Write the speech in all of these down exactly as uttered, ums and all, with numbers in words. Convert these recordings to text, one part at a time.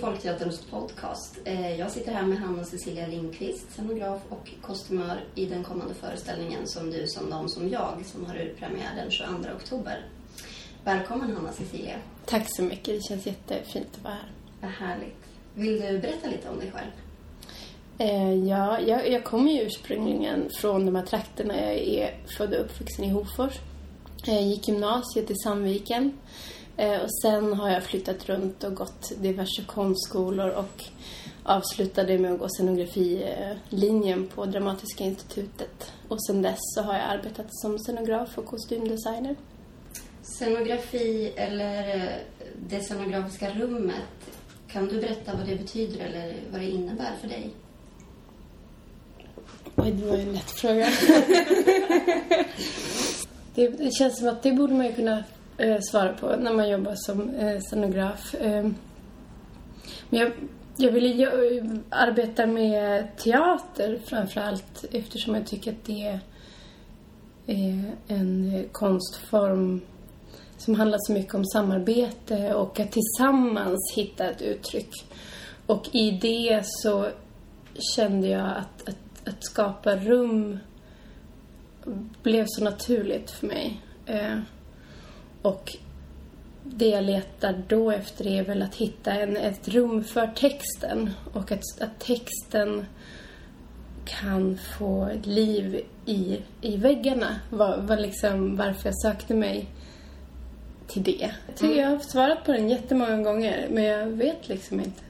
Folkteaterns podcast. Jag sitter här med Hanna Cecilia Lindqvist, scenograf och kostymör i den kommande föreställningen Som du, som de, som jag, som har urpremiär den tjugoandra oktober. Välkommen Hanna Cecilia. Tack så mycket, det känns jättefint att vara här. Vad härligt. Vill du berätta lite om dig själv? Eh, ja, jag, jag kommer ju ursprungligen från de här trakterna. Jag är född och uppvuxen i Hofors. Jag gick gymnasiet i Sandviken. Eh, och sen har jag flyttat runt och gått diverse konstskolor och avslutade med att gå scenografilinjen på Dramatiska institutet. Och sen dess så har jag arbetat som scenograf och kostymdesigner. Scenografi eller det scenografiska rummet, kan du berätta vad det betyder eller vad det innebär för dig? Oj, det var ju en lätt fråga. det, det känns som att det borde man ju kunna eh, svara på när man jobbar som eh, scenograf. Eh, men jag, jag vill ju arbeta med teater framförallt eftersom jag tycker att det är en konstform som handlar så mycket om samarbete och att tillsammans hitta ett uttryck. Och i det så kände jag att, att, att skapa rum blev så naturligt för mig. Eh, och det jag letar då efter är väl att hitta en, ett rum för texten. Och att, att texten kan få ett liv i, i väggarna. Var, var liksom varför jag sökte mig till det. Jag tycker jag har svarat på den jättemånga gånger, men jag vet liksom inte.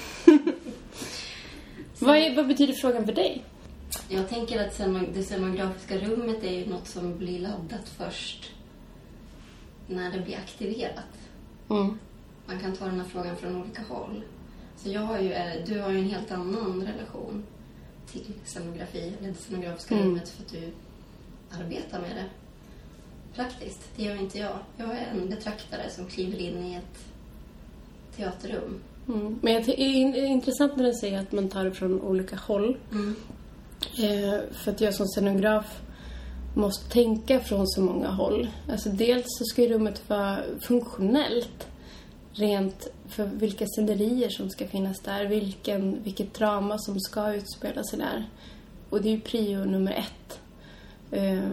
vad, är, vad betyder frågan för dig? Jag tänker att det scenografiska rummet är ju något som blir laddat först när det blir aktiverat. Mm. Man kan ta den här frågan från olika håll. Så jag har ju, du har ju en helt annan relation till scenografi, eller det scenografiska mm. rummet, för att du arbetar med det praktiskt. Det gör inte jag. Jag är en betraktare som kliver in i ett teaterrum. Mm. Men jag tycker det är intressant när du säger att man tar det från olika håll. Mm. Eh, för att jag som scenograf måste tänka från så många håll. Alltså dels så ska rummet vara funktionellt. Rent för vilka scenerier som ska finnas där. Vilken, vilket drama som ska utspela sig där. Och det är ju prio nummer ett. Eh,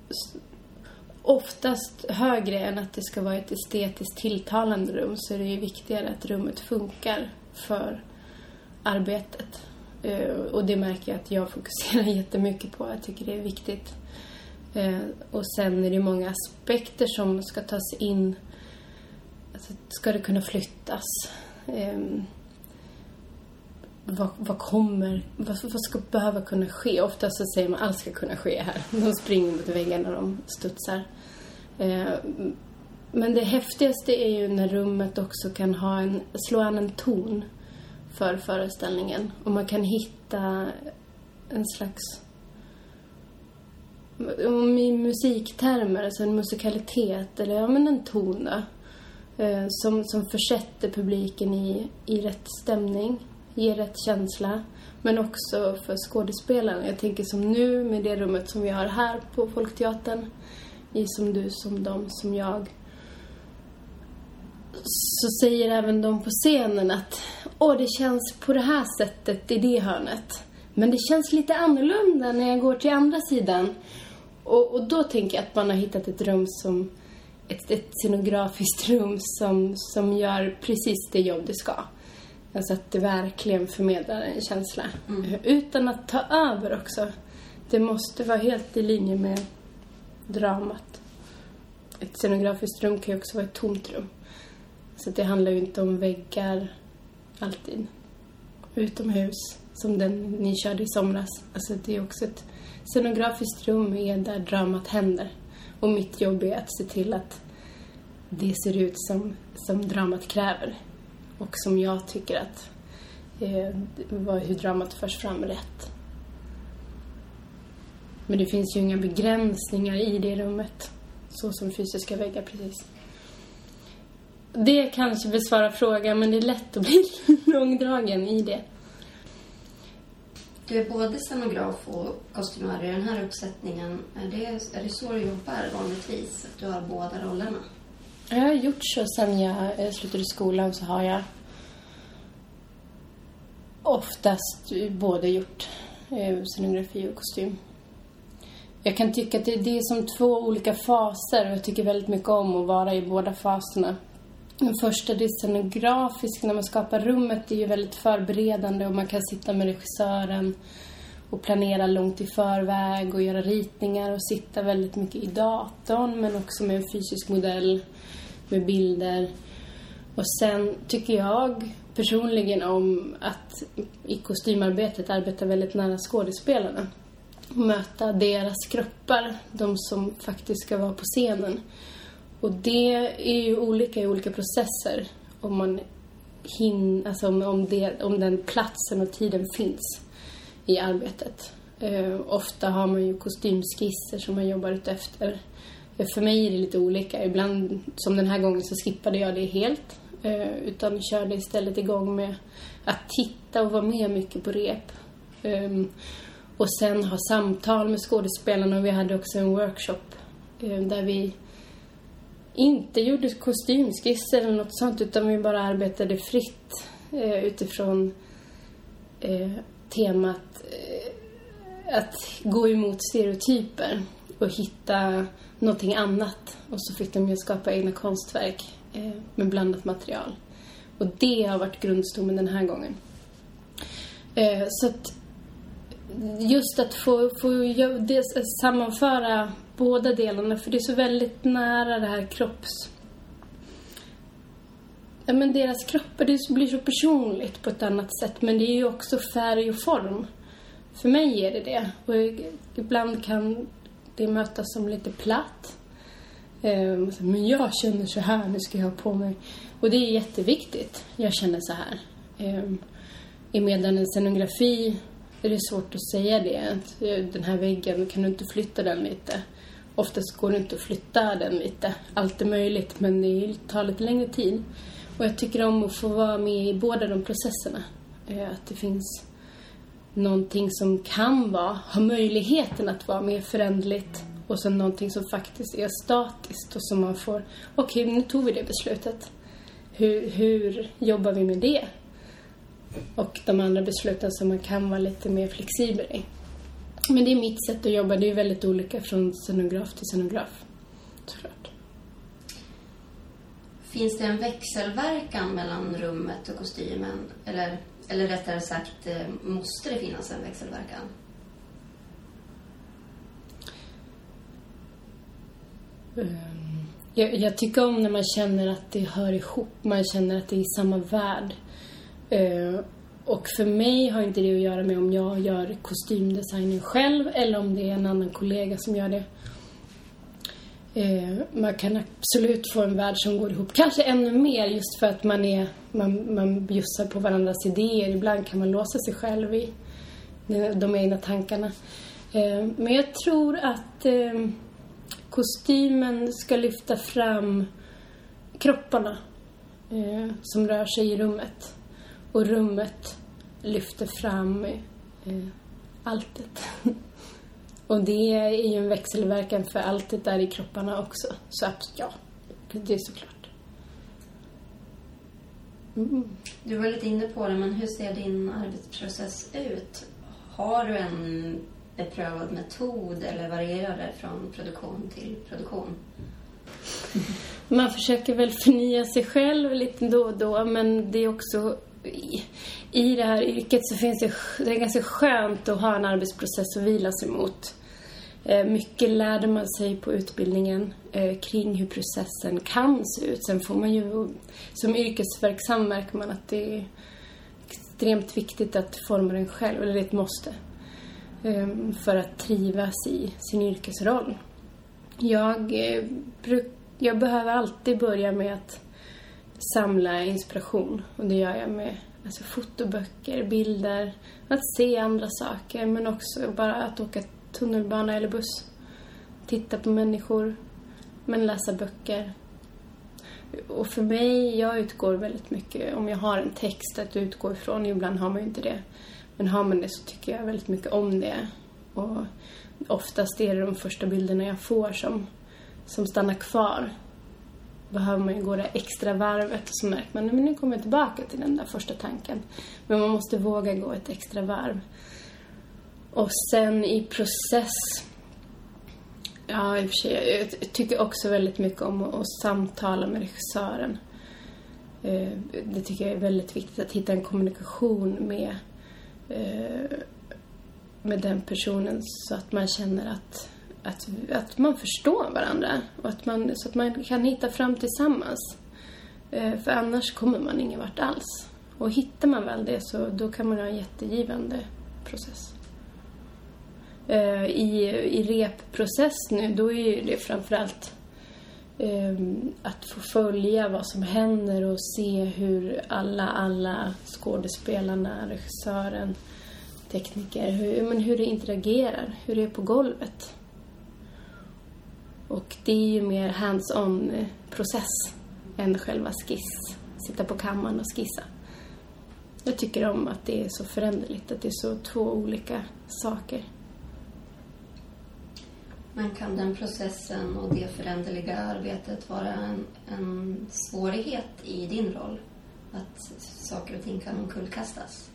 Oftast högre än att det ska vara ett estetiskt tilltalande rum, så är det ju viktigare att rummet funkar för arbetet. Och det märker jag att jag fokuserar jättemycket på. Jag tycker det är viktigt. Och sen är det många aspekter som ska tas in. Alltså, ska det kunna flyttas? Vad, vad kommer, vad, vad ska behöva kunna ske? Oftast så säger man allt ska kunna ske här. De springer mot väggen när de studsar. Eh, men det häftigaste är ju när rummet också kan ha en, slå an en ton för föreställningen. Och man kan hitta en slags, om i musiktermer, alltså en musikalitet eller ja, men en ton då, eh, som, som försätter publiken i, i rätt stämning. Ger rätt känsla, men också för skådespelarna. Jag tänker som nu med det rummet som vi har här på Folkteatern, i Som du, som de, som jag, så säger även de på scenen att åh, det känns på det här sättet i det hörnet, men det känns lite annorlunda när jag går till andra sidan. Och, och då tänker jag att man har hittat ett rum som ett, ett scenografiskt rum som, som gör precis det jobb det ska. Alltså att det verkligen förmedlar en känsla. Mm. Utan att ta över också. Det måste vara helt i linje med dramat. Ett scenografiskt rum kan ju också vara ett tomt rum. Så det handlar ju inte om väggar alltid. Utomhus, som den ni körde i somras. Alltså det är också ett scenografiskt rum är där dramat händer. Och mitt jobb är att se till att det ser ut som, som dramat kräver. Och som jag tycker att eh, var hur dramat förs fram rätt. Men det finns ju inga begränsningar i det rummet. Så som fysiska väggar precis. Det kanske besvarar frågan, men det är lätt att bli långdragen i det. Du är både scenograf och kostymör i den här uppsättningen. Är det, är det så du jobbar vanligtvis? Att du har båda rollerna? Jag har gjort så sen jag slutade skolan, så har jag oftast både gjort eh, scenografi och kostym. Jag kan tycka att det, det är som två olika faser och jag tycker väldigt mycket om att vara i båda faserna. Den första, det är scenografisk, när man skapar rummet, det är ju väldigt förberedande och man kan sitta med regissören och planera långt i förväg och göra ritningar och sitta väldigt mycket i datorn men också med en fysisk modell med bilder. Och sen tycker jag personligen om att i kostymarbetet arbeta väldigt nära skådespelarna. Möta deras kroppar, de som faktiskt ska vara på scenen. Och det är ju olika i olika processer. Om man hin, alltså om, om, det, om den platsen och tiden finns i arbetet. Eh, ofta har man ju kostymskisser som man jobbar ut efter. Eh, för mig är det lite olika. Ibland, som den här gången, så skippade jag det helt. Eh, utan körde istället igång med att titta och vara med mycket på rep. Eh, och sen ha samtal med skådespelarna. Och vi hade också en workshop eh, där vi inte gjorde kostymskisser eller något sånt, utan vi bara arbetade fritt eh, utifrån eh, temat eh, att gå emot stereotyper och hitta någonting annat. Och så fick de ju skapa egna konstverk eh, med blandat material. Och det har varit grundstommen den här gången. Eh, så att just att få, få det, sammanföra båda delarna, för det är så väldigt nära det här kropps... Ja, men deras kroppar, det blir så personligt på ett annat sätt, men det är ju också färg och form. För mig är det det. Och ibland kan det mötas som lite platt. Men jag känner så här, nu ska jag ha på mig. Och det är jätteviktigt. Jag känner så här. I medan en scenografi är det svårt att säga det. Den här väggen, kan du inte flytta den lite? Oftast går det inte att flytta den lite. Allt är möjligt, men det tar lite längre tid. Och jag tycker om att få vara med i båda de processerna. Att det finns någonting som kan vara, ha möjligheten att vara mer förändligt. Och sen någonting som faktiskt är statiskt och som man får, okej, okay, nu tog vi det beslutet. Hur, hur jobbar vi med det? Och de andra besluten som man kan vara lite mer flexibel i. Men det är mitt sätt att jobba. Det är väldigt olika från scenograf till scenograf. Såklart. Finns det en växelverkan mellan rummet och kostymen? Eller, eller rättare sagt, måste det finnas en växelverkan? Um, jag, jag tycker om när man känner att det hör ihop. Man känner att det är i samma värld. Uh, och för mig har inte det att göra med om jag gör kostymdesignen själv eller om det är en annan kollega som gör det. Uh, man kan absolut få en värld som går ihop. Kanske ännu mer just för att man är man, man bjussar på varandras idéer. Ibland kan man låsa sig själv i de egna tankarna. Uh, men jag tror att uh, kostymen ska lyfta fram kropparna uh, som rör sig i rummet. Och rummet lyfter fram eh, alltet. Och det är ju en växelverkan, för alltet där i kropparna också. Så att, ja, det är såklart. Mm. Du var lite inne på det, men hur ser din arbetsprocess ut? Har du en beprövad metod eller varierar det från produktion till produktion? Man försöker väl förnya sig själv lite då och då, men det är också... I, I det här yrket så finns det, det är ganska skönt att ha en arbetsprocess att vila sig mot. Eh, mycket lärde man sig på utbildningen eh, kring hur processen kan se ut. Sen får man ju, som yrkesverksam märker man att det är extremt viktigt att forma den själv, eller det är ett måste, eh, för att trivas i sin yrkesroll. Jag, eh, bruk, jag behöver alltid börja med att samla inspiration, och det gör jag med alltså, fotoböcker, bilder, att se andra saker, men också bara att åka tunnelbana eller buss, titta på människor, men läsa böcker. Och för mig, jag utgår väldigt mycket, om jag har en text att utgå ifrån, ibland har man ju inte det, men har man det så tycker jag väldigt mycket om det, och oftast är det de första bilderna jag får som, som stannar kvar. behöver man ju gå det extra varvet och så märker man, men nu kommer jag tillbaka till den där första tanken. Men man måste våga gå ett extra varv. Och sen i process, ja i och för sig, jag tycker också väldigt mycket om att samtala med regissören. Det tycker jag är väldigt viktigt, att hitta en kommunikation med, med den personen så att man känner att Att, att man förstår varandra och att man, så att man kan hitta fram tillsammans. Eh, för annars kommer man ingen vart alls. Och hittar man väl det så då kan man ha en jättegivande process. Eh, i, I repprocess nu, då är det framförallt eh, att få följa vad som händer och se hur alla, alla skådespelarna, regissören, tekniker, hur, men hur det interagerar, hur det är på golvet. Och det är ju mer hands-on process än själva skiss. Sitta på kammaren och skissa. Jag tycker om att det är så föränderligt. Att det är så två olika saker. Men kan den processen och det föränderliga arbetet vara en, en svårighet i din roll? Att saker och ting kan omkullkastas?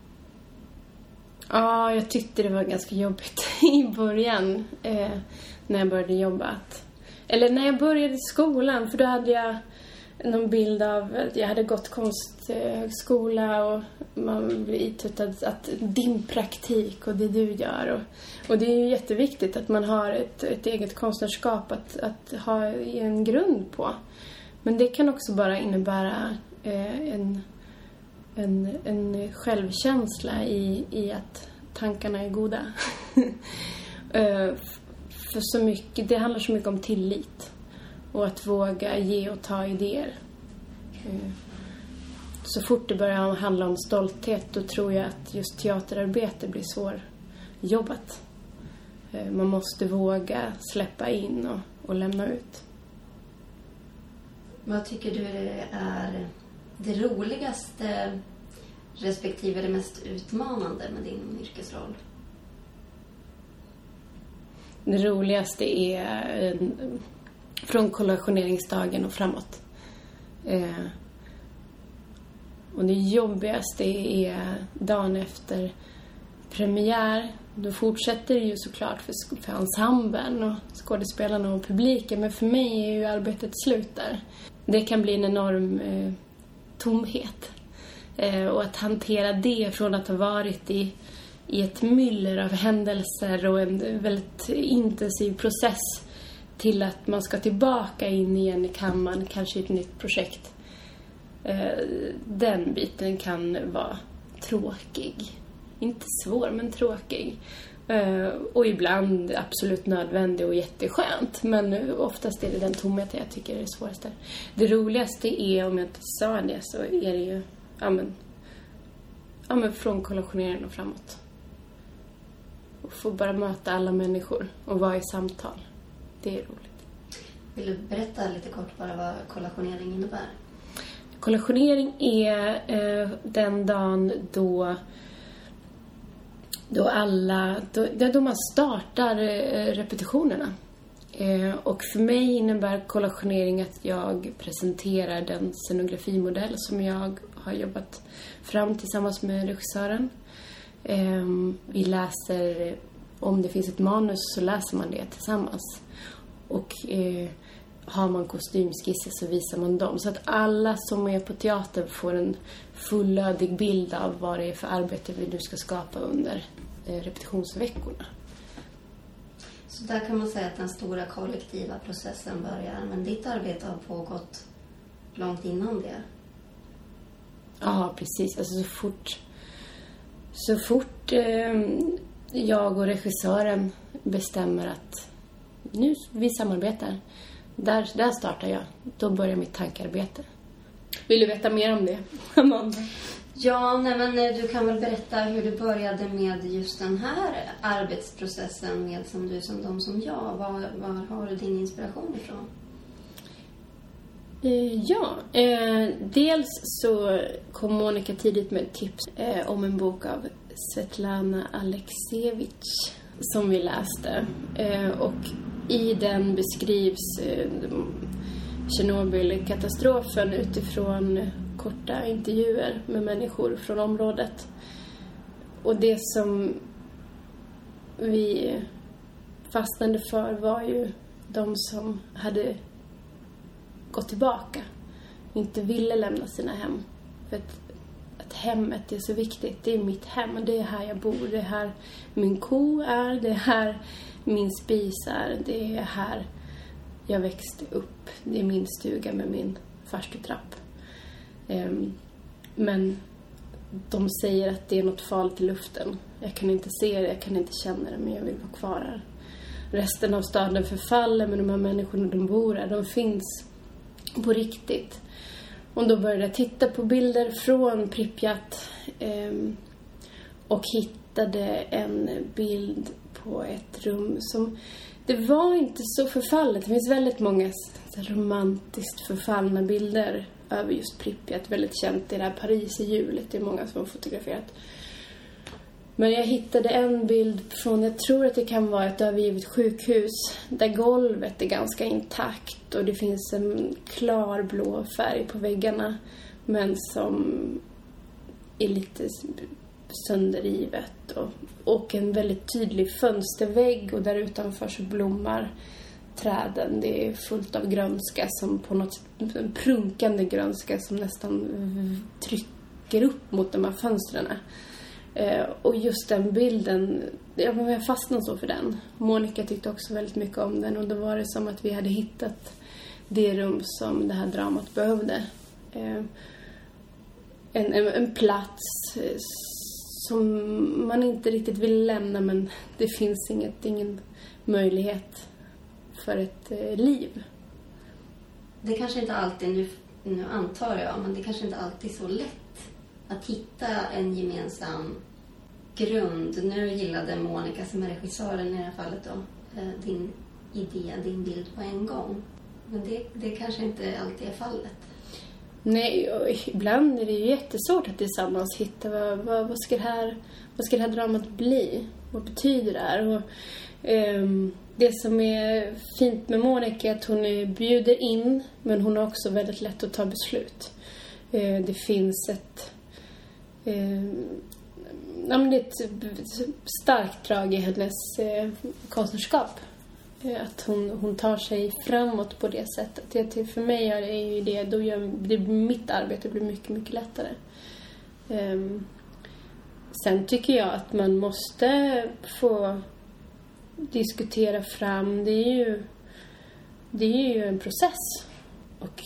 Ja, jag tyckte det var ganska jobbigt i början eh, när jag började jobba. Eller när jag började i skolan, för då hade jag någon bild av att jag hade gått konstskola och man blir itutad att din praktik och det du gör. Och, och det är ju jätteviktigt att man har ett, ett eget konstnärskap att, att ha en grund på. Men det kan också bara innebära eh, en... En, en självkänsla i, i att tankarna är goda. uh, för så mycket, det handlar så mycket om tillit. Och att våga ge och ta idéer. Uh, så fort det börjar handla om stolthet, då tror jag att just teaterarbete blir svårjobbat. Uh, man måste våga släppa in och, och lämna ut. Vad tycker du är det roligaste respektive det mest utmanande med din yrkesroll? Det roligaste är från kollationeringsdagen och framåt. Eh, och det jobbigaste är dagen efter premiär. Då fortsätter det ju såklart för, för ensemblen och skådespelarna och publiken. Men för mig är ju arbetet slut där. Det kan bli en enorm eh, tomhet. Eh, och att hantera det från att ha varit i, i ett myller av händelser och en väldigt intensiv process till att man ska tillbaka in igen i kammaren, kanske i ett nytt projekt. Eh, den biten kan vara tråkig. Inte svår, men tråkig. Uh, och ibland absolut nödvändig och jätteskönt. Men oftast är det den tomheten jag tycker är det svåraste. Det roligaste är, om jag inte sa det, så är det ju ja, men, ja, men från kollationeringen och framåt. Och få bara möta alla människor och vara i samtal. Det är roligt. Vill du berätta lite kort bara vad kollationering innebär? Kollationering är uh, den dagen då Då alla, då, då man startar eh, repetitionerna. Eh, och för mig innebär kollationering att jag presenterar den scenografimodell som jag har jobbat fram tillsammans med regissören. Eh, vi läser, om det finns ett manus så läser man det tillsammans. Och eh, har man kostymskisser så visar man dem. Så att alla som är på teater får en fullödig bild av vad det är för arbete vi nu ska skapa under repetitionsveckorna. Så där kan man säga att den stora kollektiva processen börjar. Men ditt arbete har pågått långt innan det. Ja, precis. Alltså så fort, så fort eh, jag och regissören bestämmer att nu vi samarbetar, där, där startar jag. Då börjar mitt tankarbete. Vill du veta mer om det, Amanda? Ja, nej, men du kan väl berätta hur du började med just den här arbetsprocessen med Som du, som de, som jag. Var, var har du din inspiration ifrån? Eh, ja, eh, dels så kom Monica tidigt med ett tips eh, om en bok av Svetlana Alexievich som vi läste. Eh, och i den beskrivs eh, Tjernobylkatastrofen utifrån korta intervjuer med människor från området. Och det som vi fastnade för var ju de som hade gått tillbaka. Inte ville lämna sina hem. För att, att hemmet är så viktigt. Det är mitt hem. Det är här jag bor. Det är här min ko är. Det är här min spis är. Det är här jag växte upp. Det är min stuga med min farstutrapp. Um, men de säger att det är något farligt i luften. Jag kan inte se det, jag kan inte känna det, men jag vill vara kvar här. Resten av staden förfaller, men de här människorna de bor här, de finns på riktigt. Och då började jag titta på bilder från Pripyat eh, och hittade en bild på ett rum som... Det var inte så förfallet. Det finns väldigt många romantiskt förfallna bilder över just Pripyat. Väldigt känt i det här Paris i hjulet. Det är många som har fotograferat. Men jag hittade en bild från, jag tror att det kan vara ett övergivet sjukhus. Där golvet är ganska intakt. Och det finns en klar blå färg på väggarna. Men som är lite sönderrivet. Och, och en väldigt tydlig fönstervägg. Och där utanför så blommar träden. Det är fullt av grönska som på något sätt, en prunkande grönska som nästan trycker upp mot de här fönstren. Eh, och just den bilden, jag, jag fastnade så för den. Monica tyckte också väldigt mycket om den, och då var det som att vi hade hittat det rum som det här dramat behövde. Eh, en, en, en plats eh, som man inte riktigt vill lämna, men det finns inget, ingen möjlighet för ett eh, liv. Det kanske inte alltid, nu, nu antar jag, men det kanske inte alltid är så lätt att hitta en gemensam grund. Nu gillade Monica, som är regissören i det här fallet då, din idé, din bild på en gång. Men det, det kanske inte alltid är fallet. Nej, ibland är det ju jättesvårt att tillsammans hitta vad, vad, vad, ska det här, vad ska det här dramat bli? Vad betyder det här? Och, um, det som är fint med Monica är att hon bjuder in, men hon har också väldigt lätt att ta beslut. Uh, det finns ett Uh, ja, men det är ett starkt drag i hennes uh, konstnärskap. Uh, att hon, hon tar sig framåt på det sättet. Det, för mig är det ju det, då gör det, mitt arbete blir mycket, mycket lättare. Um, sen tycker jag att man måste få diskutera fram. Det är ju, det är ju en process. Och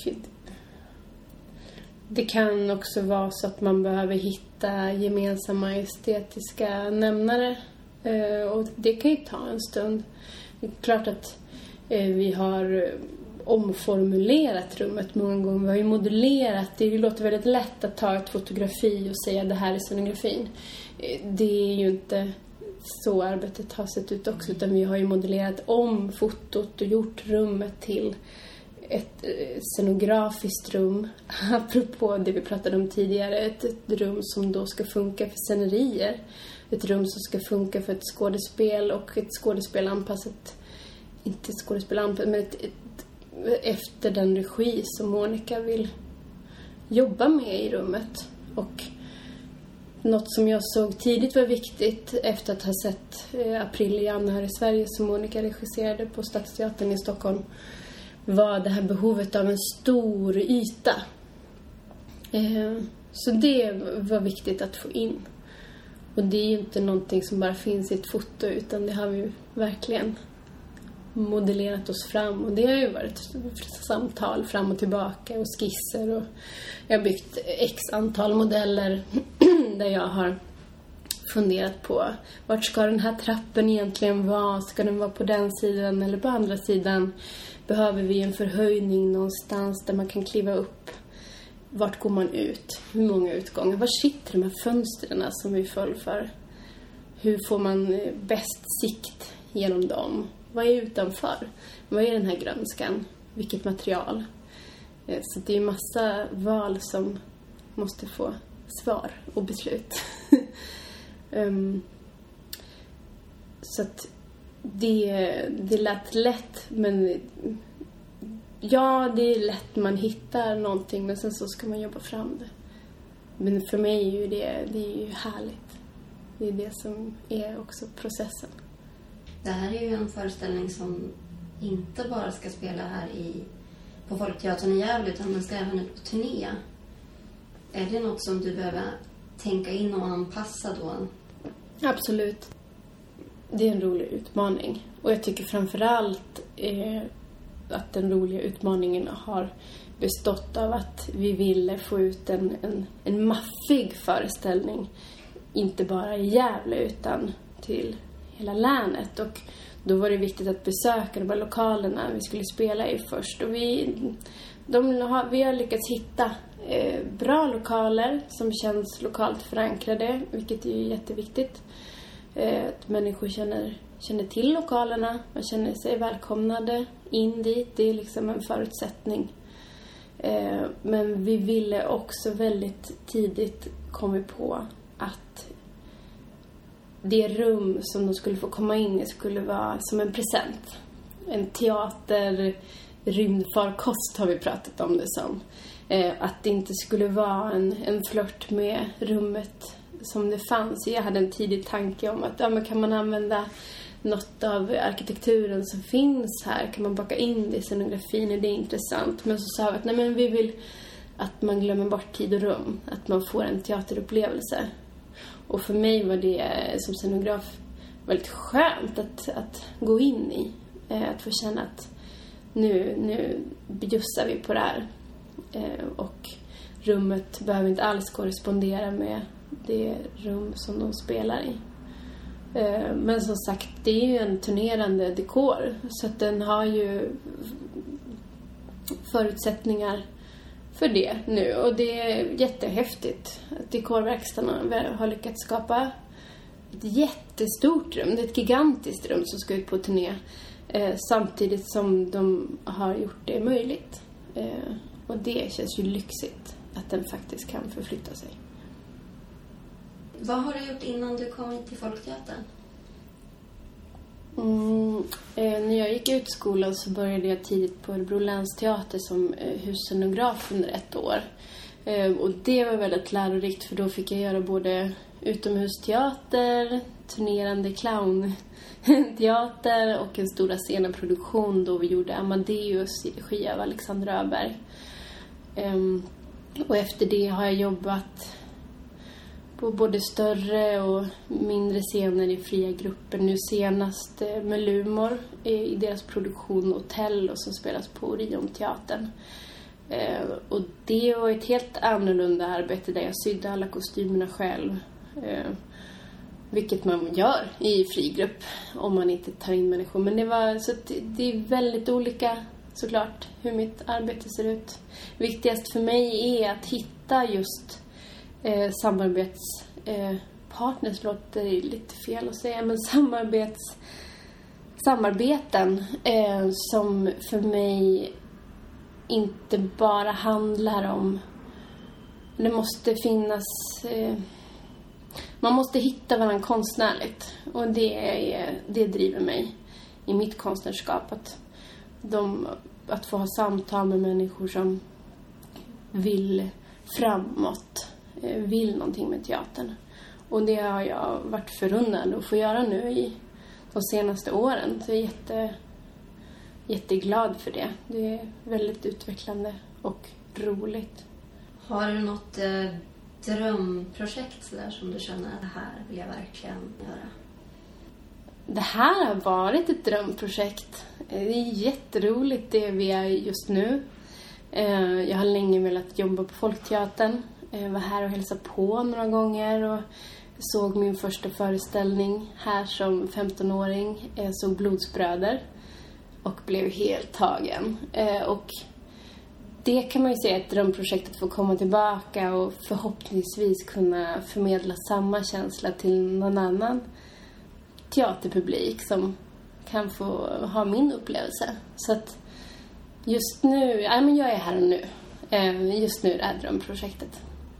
det kan också vara så att man behöver hitta gemensamma estetiska nämnare. Och det kan ju ta en stund. Det är klart att vi har omformulerat rummet många gånger. Vi har ju modellerat. Det låter väldigt lätt att ta ett fotografi och säga att det här är scenografin. Det är ju inte så arbetet har sett ut också. Utan vi har ju modellerat om fotot och gjort rummet till ett scenografiskt rum, apropå det vi pratade om tidigare, ett, ett rum som då ska funka för scenerier, ett rum som ska funka för ett skådespel, och ett skådespel anpassat, inte ett skådespel anpassat, men ett, ett, efter den regi som Monica vill jobba med i rummet. Och något som jag såg tidigt var viktigt efter att ha sett eh, April i Anna här i Sverige, som Monica regisserade på Stadsteatern i Stockholm, var det här behovet av en stor yta. Eh, så det var viktigt att få in. Och det är ju inte någonting som bara finns i ett foto, utan det har vi verkligen modellerat oss fram. Och det har ju varit samtal fram och tillbaka och skisser. Och jag har byggt x antal modeller där jag har funderat på vart ska den här trappen egentligen vara? Ska den vara på den sidan eller på andra sidan? Behöver vi en förhöjning någonstans där man kan kliva upp? Vart går man ut? Hur många utgångar? Var sitter de här fönstren som vi föll för? Hur får man bäst sikt genom dem? Vad är utanför? Vad är den här grönskan? Vilket material? Så det är massa val som måste få svar och beslut. um, så att det, det lät lätt, men ja, det är lätt man hittar någonting, men sen så ska man jobba fram det. Men för mig är ju det, det är ju härligt. Det är det som är också processen. Det här är ju en föreställning som inte bara ska spela här i, på Folkteatern i Gävle, utan den ska även ut på turné. Är det något som du behöver tänka in och anpassa då? Absolut. Det är en rolig utmaning. Och jag tycker framförallt eh, att den roliga utmaningen har bestått av att vi ville få ut en, en, en maffig föreställning. Inte bara i Gävle utan till hela länet. Och då var det viktigt att besöka de här lokalerna vi skulle spela i först. Och vi, de har, vi har lyckats hitta eh, bra lokaler som känns lokalt förankrade, vilket är jätteviktigt. Eh, att människor känner, känner till lokalerna och känner sig välkomnade in dit. Det är liksom en förutsättning. Eh, men vi ville också väldigt tidigt komma på att det rum som de skulle få komma in i skulle vara som en present. En teater, rymdfarkost har vi pratat om det som. Eh, att det inte skulle vara en, en flört med rummet som det fanns. Jag hade en tidig tanke om att ja, men kan man använda något av arkitekturen som finns här? Kan man baka in det i scenografin? Är det intressant? Men så sa vi att nej, men vi vill att man glömmer bort tid och rum. Att man får en teaterupplevelse. Och för mig var det som scenograf väldigt skönt att, att gå in i. Att få känna att nu, nu bjussar vi på det här. Och rummet behöver inte alls korrespondera med det rum som de spelar i. Men som sagt, det är ju en turnerande dekor. Så att den har ju förutsättningar för det nu. Och det är jättehäftigt att dekorverkstäderna har lyckats skapa ett jättestort rum. Det är ett gigantiskt rum som ska ut på turné. Eh, samtidigt som de har gjort det möjligt. Eh, och det känns ju lyxigt att den faktiskt kan förflytta sig. Vad har du gjort innan du kom hit till Folkteatern? Mm, eh, när jag gick ut skolan så började jag tidigt på Örebro länsteater som eh, husscenograf under ett år. Eh, och det var väldigt lärorikt, för då fick jag göra både utomhusteater, turnerande clownteater och en stora scenproduktion då vi gjorde Amadeus i regi av Alexander Öberg. Eh, och efter det har jag jobbat på både större och mindre scener i fria grupper. Nu senast med Lumor i deras produktion Hotell och som spelas på Orionteatern. Eh, och det var ett helt annorlunda arbete där jag sydde alla kostymerna själv. Eh, vilket man gör i fri grupp om man inte tar in människor. Men det var så att det är väldigt olika såklart hur mitt arbete ser ut. Viktigast för mig är att hitta just Eh, samarbetspartners, eh, låter lite fel att säga, men samarbets samarbeten eh, som för mig inte bara handlar om, det måste finnas eh, man måste hitta varandra konstnärligt, och det är, det driver mig i mitt konstnärskap, att, de, att få ha samtal med människor som vill framåt, vill någonting med teatern. Och det har jag varit förunnad att få göra nu i de senaste åren. Så jag är jätte, jätteglad för det. Det är väldigt utvecklande och roligt. Har du något eh, drömprojekt så där som du känner att det här vill jag verkligen göra? Det här har varit ett drömprojekt. Det är jätteroligt det vi är just nu. Jag har länge velat jobba på Folkteatern. Jag var här och hälsade på några gånger och såg min första föreställning här som femtonåring. Jag såg Blodsbröder och blev helt tagen. Och det kan man ju säga är ett drömprojekt, att få komma tillbaka och förhoppningsvis kunna förmedla samma känsla till någon annan teaterpublik som kan få ha min upplevelse. Så att just nu, ja, men jag är här och nu. Just nu är det här drömprojektet.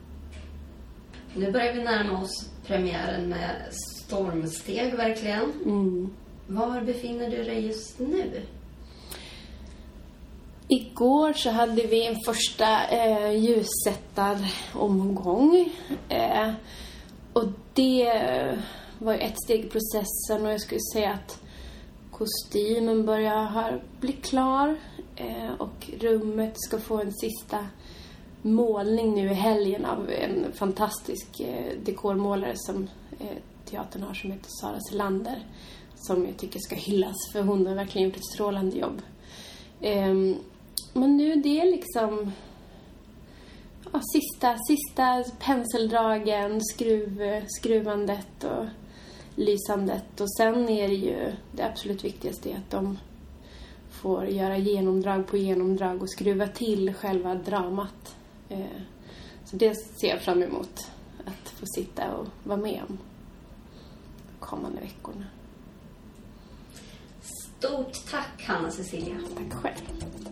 Nu börjar vi närma oss premiären med stormsteg verkligen. Mm. Var befinner du dig just nu? Igår så hade vi en första eh, ljussättaromgång. Eh, och det var ju ett steg i processen, och jag skulle säga att kostymen börjar bli klar. Eh, och rummet ska få en sista målning nu i helgen av en fantastisk eh, dekormålare som eh, teatern har, som heter Sara Selander, som jag tycker ska hyllas, för hon har verkligen gjort ett strålande jobb. Eh, men nu det är liksom ja, sista, sista penseldragen, skruv, skruvandet och lysandet, och sen är det ju det absolut viktigaste är att de får göra genomdrag på genomdrag och skruva till själva dramat. Så det ser jag fram emot att få sitta och vara med om kommande veckorna. Stort tack, Hanna Cecilia. Tack själv.